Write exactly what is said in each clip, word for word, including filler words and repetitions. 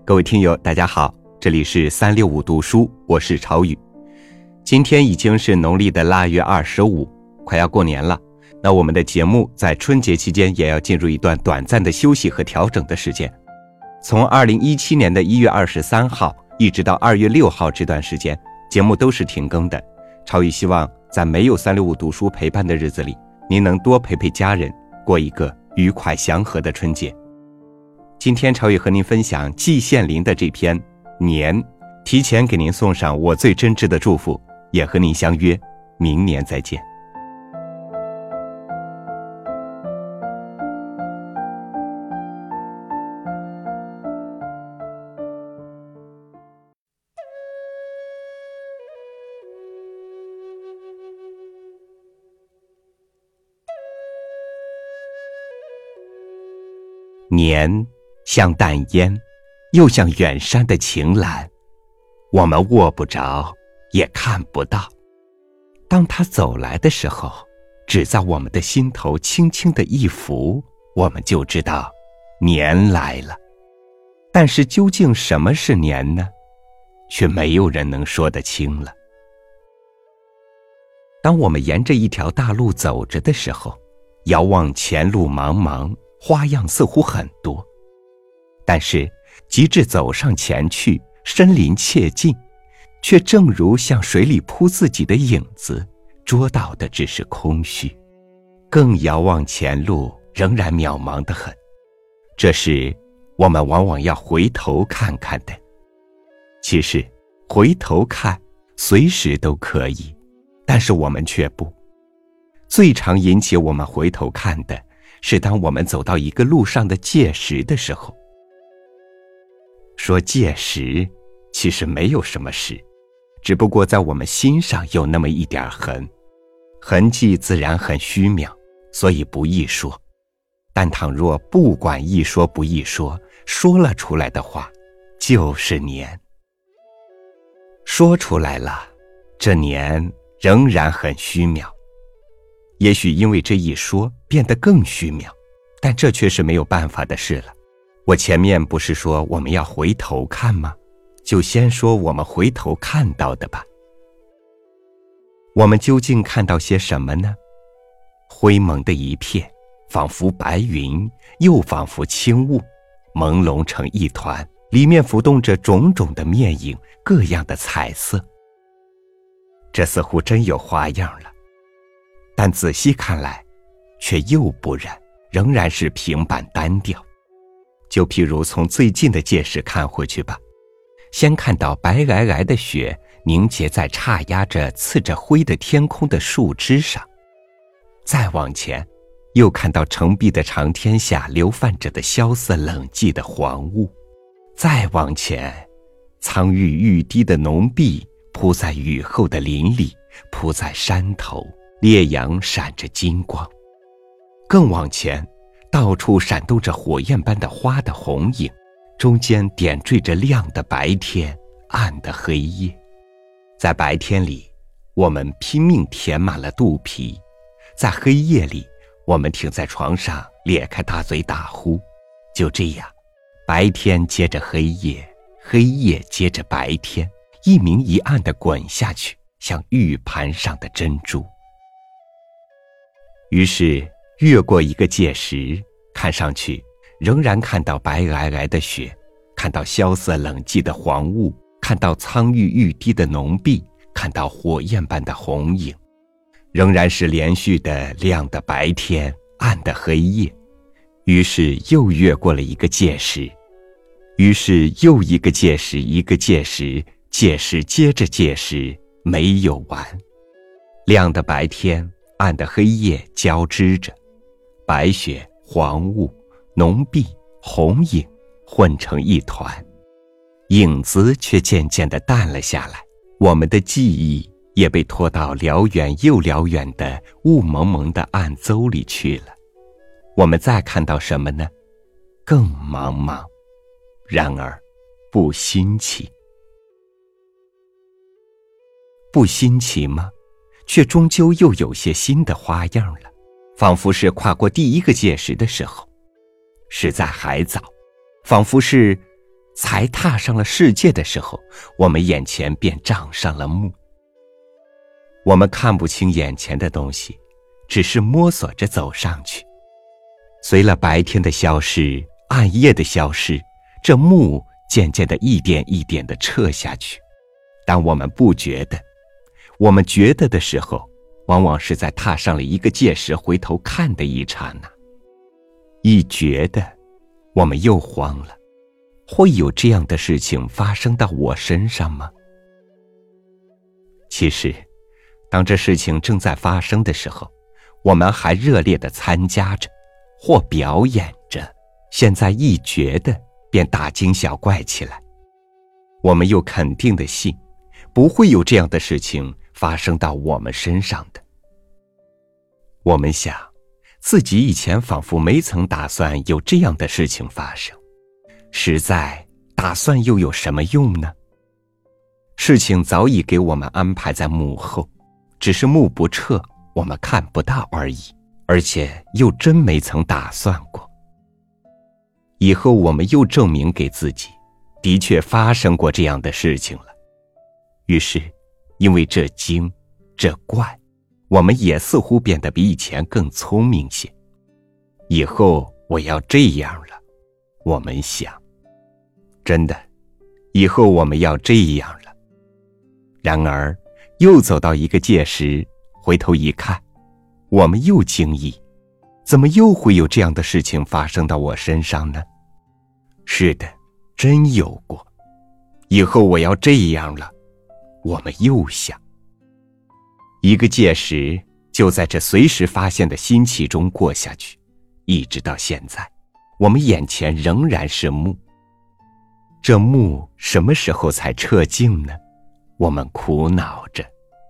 各位听友大家好，这里是三六五读书，我是朝宇。今天已经是农历的腊月二十五，快要过年了。那我们的节目在春节期间也要进入一段短暂的休息和调整的时间。从二零一七年的一月二十三号一直到二月六号这段时间，节目都是停更的。朝宇希望在没有三六五读书陪伴的日子里，您能多陪陪家人，过一个愉快祥和的春节。今天朝宇和您分享季羡林的这篇《年》，提前给您送上我最真挚的祝福，也和您相约明年再见。年像淡烟，又像远山的晴岚，我们握不着，也看不到。当它走来的时候，只在我们的心头轻轻的一拂，我们就知道年来了。但是究竟什么是年呢？却没有人能说得清了。当我们沿着一条大路走着的时候，遥望前路茫茫，花样似乎很多，但是及至走上前去，身临切近，却正如向水里扑自己的影子，捉到的只是空虚。更遥望前路，仍然渺茫得很。这时我们往往要回头看看的。其实回头看随时都可以，但是我们却不。最常引起我们回头看的是当我们走到一个路上的界石的时候。说界石，其实没有什么石，只不过在我们心上有那么一点痕，痕迹自然很虚渺，所以不易说。但倘若不管易说不易说，说了出来的话，就是年。说出来了，这年仍然很虚渺。也许因为这一说变得更虚渺，但这却是没有办法的事了。我前面不是说我们要回头看吗？就先说我们回头看到的吧。我们究竟看到些什么呢？灰蒙的一片，仿佛白云，又仿佛轻雾，朦胧成一团，里面浮动着种种的面影，各样的彩色。这似乎真有花样了。但仔细看来，却又不然，仍然是平板单调。就譬如从最近的界石看回去吧，先看到白皑皑的雪凝结在叉压着刺着灰的天空的树枝上，再往前，又看到澄碧的长天下流泛着的萧瑟冷寂的黄雾，再往前，苍郁欲滴的浓碧铺在雨后的林里，铺在山头，烈阳闪着金光。更往前，到处闪动着火焰般的花的红影，中间点缀着亮的白天，暗的黑夜。在白天里，我们拼命填满了肚皮；在黑夜里，我们停在床上咧开大嘴打呼。就这样，白天接着黑夜，黑夜接着白天，一明一暗地滚下去，像玉盘上的珍珠。于是越过一个界石，看上去仍然看到白皑皑的雪，看到萧瑟冷寂的黄雾，看到苍郁欲滴的浓碧，看到火焰般的红影，仍然是连续的亮的白天，暗的黑夜。于是又越过了一个界石，于是又一个界石，一个界石，界石接着界石，没有完。亮的白天，暗的黑夜交织着，白雪、黄雾、浓碧、红影混成一团，影子却渐渐地淡了下来，我们的记忆也被拖到辽远又辽远的雾蒙蒙的暗邹里去了。我们再看到什么呢？更茫茫，然而不新奇。不新奇吗？却终究又有些新的花样了，仿佛是跨过第一个界石的时候，实在还早，仿佛是才踏上了世界的时候，我们眼前便长上了幕。我们看不清眼前的东西，只是摸索着走上去。随了白天的消失，暗夜的消失，这幕渐渐地一点一点地撤下去。但我们不觉得，我们觉得的时候，往往是在踏上了一个界时回头看的一刹那。一觉得，我们又慌了，会有这样的事情发生到我身上吗？其实，当这事情正在发生的时候，我们还热烈地参加着，或表演着，现在一觉得便大惊小怪起来。我们又肯定地信，不会有这样的事情发生到我们身上的。我们想，自己以前仿佛没曾打算有这样的事情发生，实在打算又有什么用呢？事情早已给我们安排在幕后，只是幕不撤，我们看不到而已，而且又真没曾打算过。以后我们又证明给自己，的确发生过这样的事情了。于是，因为这惊，这怪，我们也似乎变得比以前更聪明些。以后我要这样了，我们想，真的，以后我们要这样了。然而，又走到一个界时，回头一看，我们又惊异，怎么又会有这样的事情发生到我身上呢？是的，真有过。以后我要这样了，我们又想。一个界时，就在这随时发现的新奇中过下去，一直到现在，我们眼前仍然是幕。这幕什么时候才撤尽呢？我们苦恼着，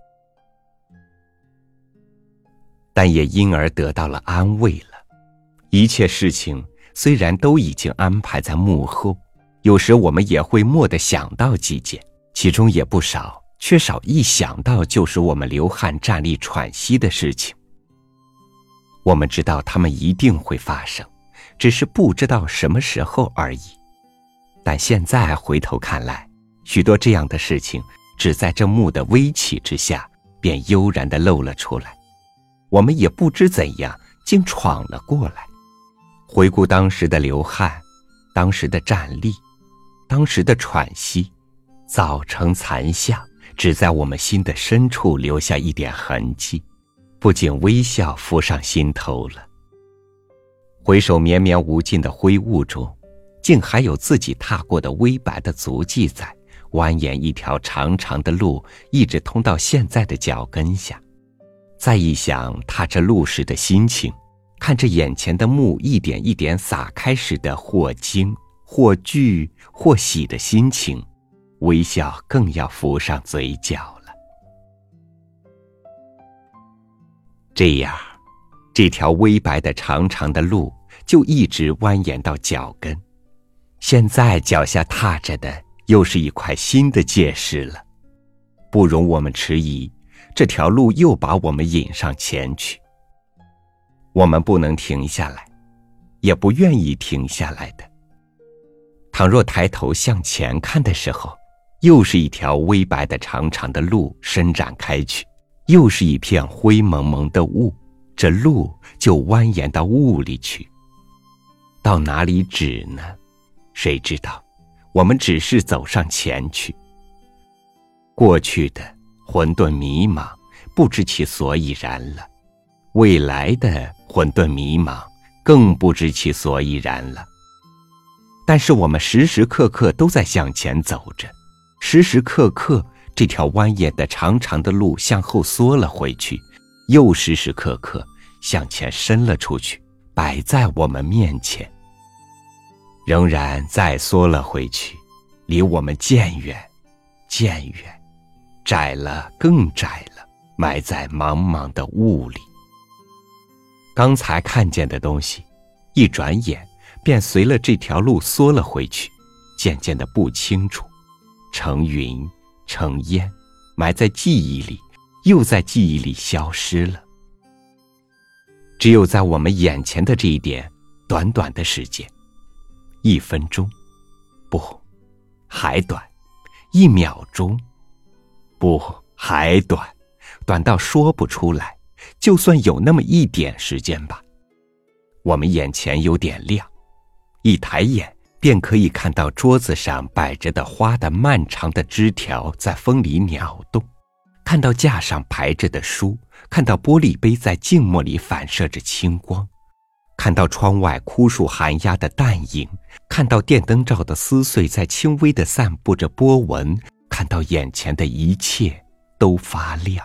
但也因而得到了安慰了。一切事情虽然都已经安排在幕后，有时我们也会蓦地想到几件，其中也不少，缺少一想到就使我们流汗站立喘息的事情。我们知道它们一定会发生，只是不知道什么时候而已。但现在回头看来，许多这样的事情只在这幕的微起之下，便悠然地露了出来。我们也不知怎样，竟闯了过来。回顾当时的流汗，当时的站立，当时的喘息，早成残像，只在我们心的深处留下一点痕迹，不仅微笑浮上心头了。回首绵绵无尽的灰雾中，竟还有自己踏过的微白的足迹在，蜿蜒一条长长的路，一直通到现在的脚跟下。再一想踏着路时的心情，看着眼前的幕一点一点洒开时的或惊或惧或喜的心情，微笑更要浮上嘴角了。这样，这条微白的长长的路就一直蜿蜒到脚跟。现在脚下踏着的又是一块新的界势了，不容我们迟疑，这条路又把我们引上前去。我们不能停下来，也不愿意停下来的。倘若抬头向前看的时候，又是一条微白的长长的路伸展开去，又是一片灰蒙蒙的雾，这路就蜿蜒到雾里去。到哪里止呢？谁知道，我们只是走上前去。过去的混沌迷茫，不知其所以然了；未来的混沌迷茫，更不知其所以然了。但是我们时时刻刻都在向前走着，时时刻刻这条蜿蜒的长长的路向后缩了回去，又时时刻刻向前伸了出去，摆在我们面前。仍然再缩了回去，离我们渐远渐远，窄了更窄了，埋在茫茫的雾里。刚才看见的东西，一转眼便随了这条路缩了回去，渐渐的不清楚，成云成烟，埋在记忆里，又在记忆里消失了。只有在我们眼前的这一点短短的时间，一分钟，不， 还短，一秒钟，不，还短，短到说不出来，就算有那么一点时间吧。我们眼前有点亮，一抬眼便可以看到桌子上摆着的花的漫长的枝条在风里摇动，看到架上排着的书，看到玻璃杯在静默里反射着清光，看到窗外枯树寒鸦的淡影，看到电灯罩的撕碎在轻微地散布着波纹，看到眼前的一切都发亮。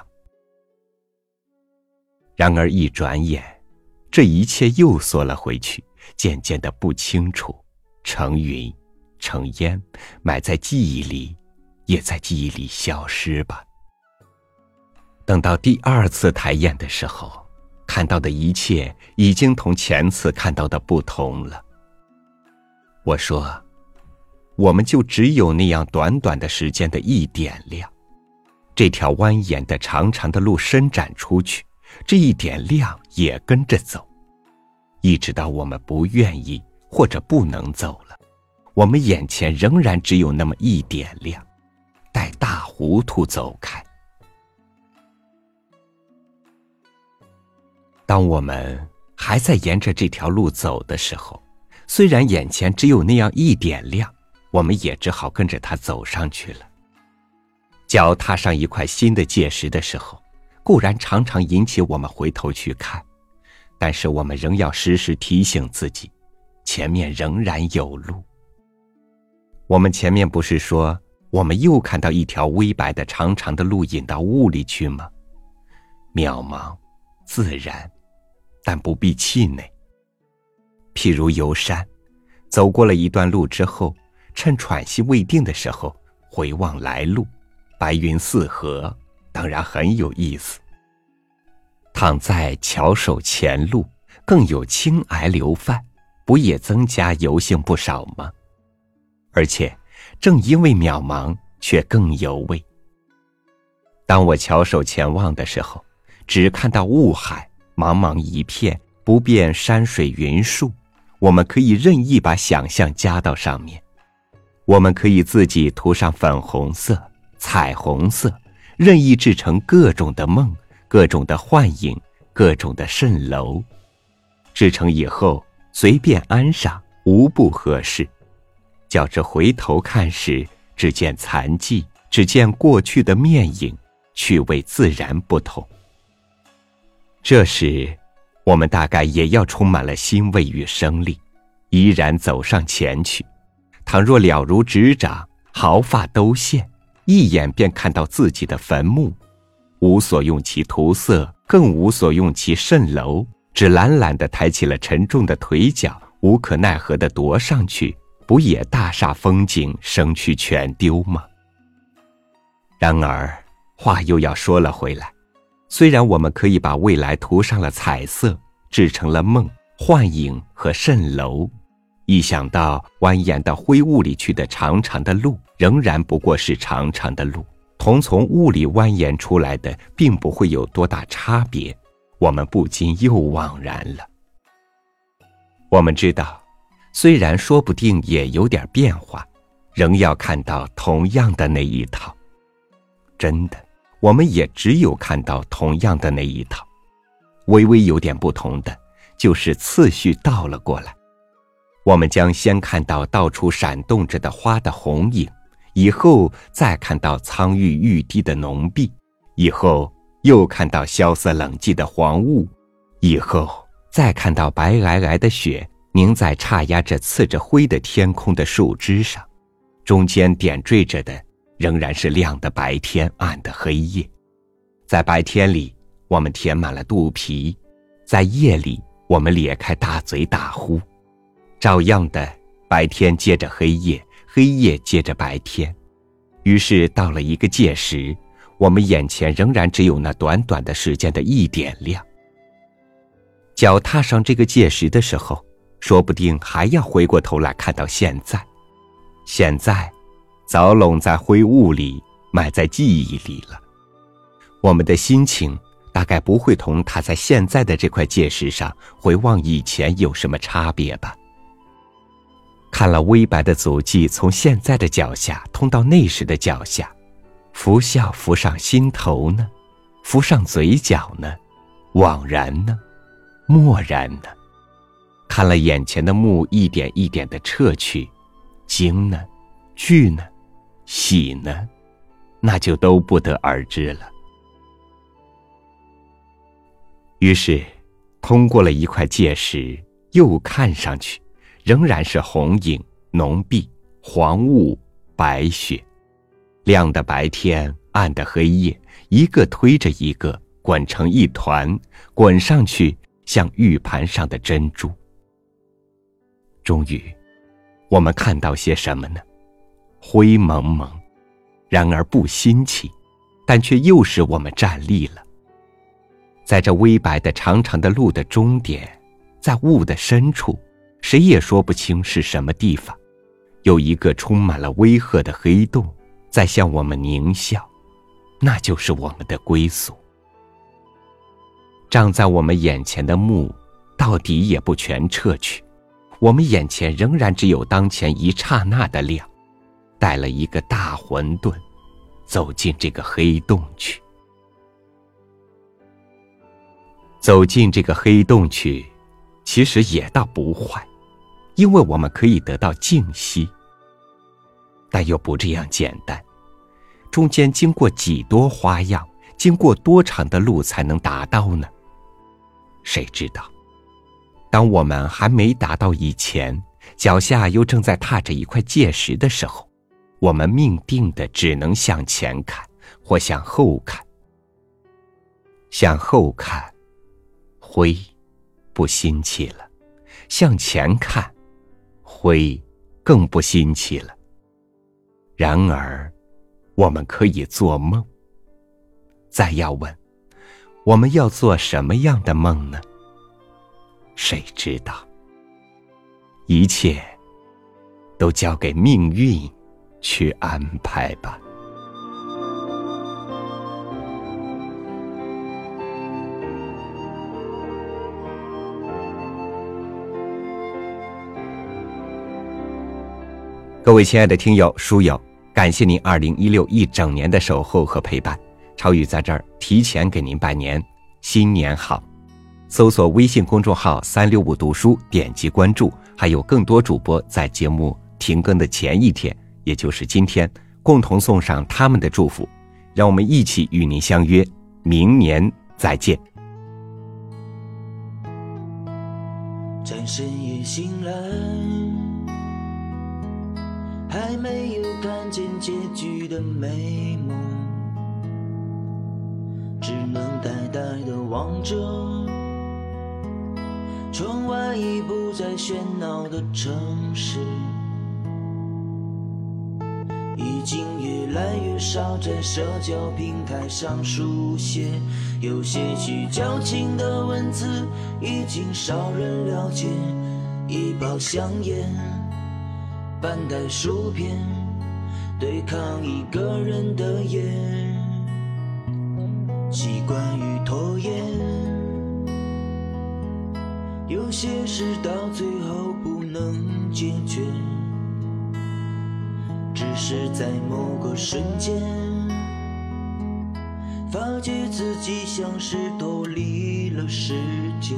然而一转眼，这一切又缩了回去，渐渐的不清楚，成云成烟，埋在记忆里，也在记忆里消失吧。等到第二次抬眼的时候，看到的一切已经同前次看到的不同了。我说，我们就只有那样短短的时间的一点亮，这条蜿蜒的长长的路伸展出去，这一点亮也跟着走，一直到我们不愿意或者不能走了，我们眼前仍然只有那么一点亮，待大糊涂走开。当我们还在沿着这条路走的时候，虽然眼前只有那样一点亮，我们也只好跟着它走上去了。脚踏上一块新的界石的时候，固然常常引起我们回头去看，但是我们仍要时时提醒自己，前面仍然有路。我们前面不是说我们又看到一条微白的长长的路引到雾里去吗？渺茫自然，但不必气馁。譬如游山，走过了一段路之后，趁喘息未定的时候回望来路，白云四合，当然很有意思。躺在翘首前路，更有轻霭流泛，不也增加游兴不少吗？而且正因为渺茫，却更有味。当我翘首前望的时候，只看到雾海，茫茫一片，不辨山水云树，我们可以任意把想象加到上面，我们可以自己涂上粉红色、彩虹色，任意制成各种的梦，各种的幻影，各种的蜃楼。制成以后随便安上，无不合适。较之回头看时，只见残迹，只见过去的面影，趣味自然不同。这时我们大概也要充满了欣慰与生力，依然走上前去。倘若了如指掌，毫发都现，一眼便看到自己的坟墓，无所用其涂色，更无所用其蜃楼，只懒懒地抬起了沉重的腿脚，无可奈何地踱上去，不也大煞风景，生趣全丢吗？然而话又要说了回来，虽然我们可以把未来涂上了彩色，制成了梦、幻影和蜃楼，一想到蜿蜒到灰雾里去的长长的路，仍然不过是长长的路，同从雾里蜿蜒出来的并不会有多大差别，我们不禁又惘然了。我们知道，虽然说不定也有点变化，仍要看到同样的那一套。真的，我们也只有看到同样的那一套，微微有点不同的，就是次序倒了过来。我们将先看到到处闪动着的花的红影，以后再看到苍郁欲滴的浓碧，以后又看到萧瑟冷寂的黄雾，以后再看到白皑皑的雪凝在叉压着刺着灰的天空的树枝上，中间点缀着的仍然是亮的白天，暗的黑夜。在白天里，我们填满了肚皮；在夜里，我们咧开大嘴打呼。照样的，白天接着黑夜，黑夜接着白天。于是到了一个届时，我们眼前仍然只有那短短的时间的一点亮。脚踏上这个届时的时候，说不定还要回过头来看到现在。现在早拢在灰雾里，埋在记忆里了。我们的心情大概不会同它在现在的这块界石上回望以前有什么差别吧。 看了微白的足迹从现在的脚下通到那时的脚下，浮笑浮上心头呢，浮上嘴角呢，惘然呢，漠然呢。看了眼前的幕一点一点的撤去，惊呢，惧呢，喜呢，那就都不得而知了。于是通过了一块界石，又看上去仍然是红影、浓碧、黄雾、白雪，亮的白天，暗的黑夜，一个推着一个，滚成一团，滚上去像玉盘上的珍珠。终于我们看到些什么呢？灰蒙蒙，然而不新奇，但却又使我们站立了。在这微白的长长的路的终点，在雾的深处，谁也说不清是什么地方，有一个充满了威吓的黑洞在向我们狞笑，那就是我们的归宿。障在我们眼前的幕到底也不全撤去，我们眼前仍然只有当前一刹那的亮，带了一个大混沌走进这个黑洞去。走进这个黑洞去，其实也倒不坏，因为我们可以得到静息。但又不这样简单，中间经过几多花样，经过多长的路才能达到呢？谁知道？当我们还没达到以前，脚下又正在踏着一块界石的时候，我们命定的只能向前看，或向后看。向后看，灰不新奇了；向前看，灰更不新奇了。然而我们可以做梦。再要问，我们要做什么样的梦呢？谁知道？一切都交给命运去安排吧。各位亲爱的听友、书友，感谢您二零一六一整年的守候和陪伴。超宇在这儿提前给您拜年，新年好！搜索微信公众号三六五读书，点击关注，还有更多主播在节目停更的前一天，也就是今天，共同送上他们的祝福。让我们一起与您相约明年再见。 在深夜醒来，还没有看见结局的美梦，只能呆呆地望着窗外已不再喧闹的城市，已经越来越少在社交平台上书写，有些许矫情的文字已经少人了解，一包香烟，半袋薯片，对抗一个人的夜，习惯于拖延，有些事到最后不能解决，只是在某个瞬间发觉自己像是脱离了世界，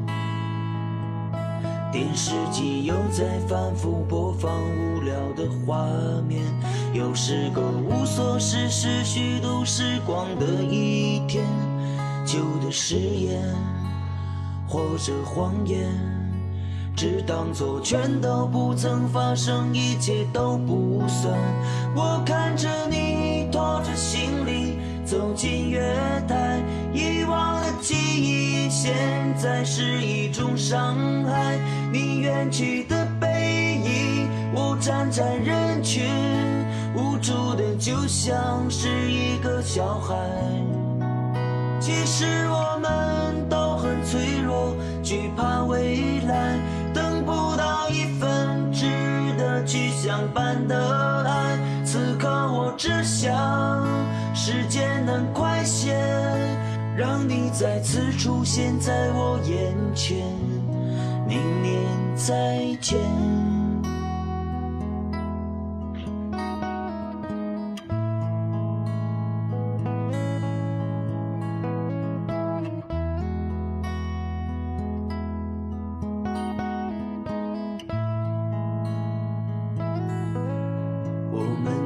电视机又在反复播放无聊的画面，又是个无所事事虚度时光的一天，旧的誓言或者谎言，只当作全都不曾发生，一切都不算。我看着你拖着行李走进月台，遗忘的记忆现在是一种伤害，你远去的背影，我站在人群，无助的就像是一个小孩。其实我们都很脆弱，惧怕未来，等不到一份值得去相伴的爱。此刻我只想时间能快些，让你再次出现在我眼前。明年再见。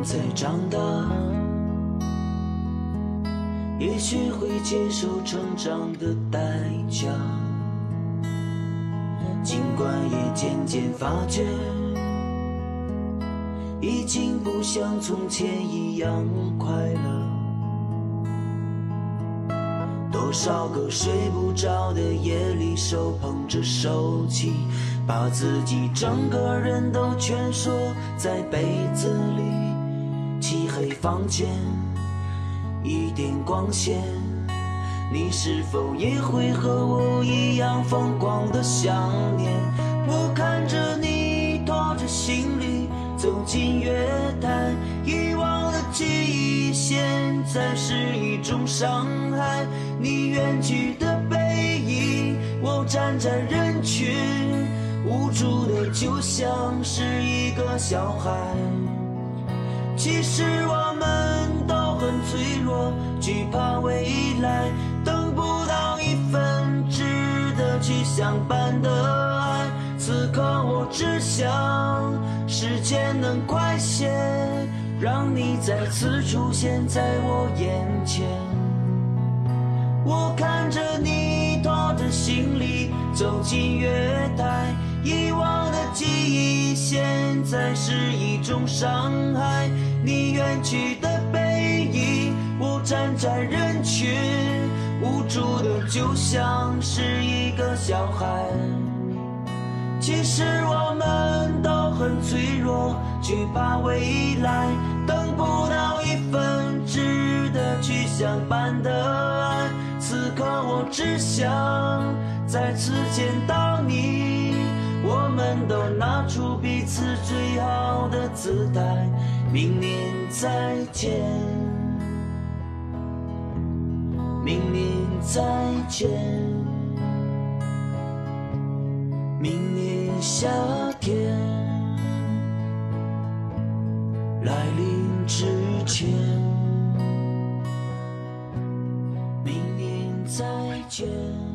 再长大，也学会接受成长的代价。尽管也渐渐发觉，已经不像从前一样快乐。多少个睡不着的夜里，手捧着手机，把自己整个人都蜷缩在被子里。漆黑房间，一点光线，你是否也会和我一样疯狂的想念？我看着你拖着行李走进月台，遗忘的记忆现在是一种伤害。你远去的背影，我站在人群，无助的就像是一个小孩。其实我们都很脆弱，惧怕未来，等不到一份值得去相伴的爱。此刻我只想时间能快些，让你再次出现在我眼前。我看着你拖着行李走进月台，遗忘的记忆现在是一种伤害。你远去的背影，我站在人群，无助的就像是一个小孩。其实我们都很脆弱，惧怕未来，等不到一份值得去相伴的爱。此刻我只想再次见到你，我们都拿出彼此最好的姿态。明年再见，明年再见，明年夏天来临之前，明年再见。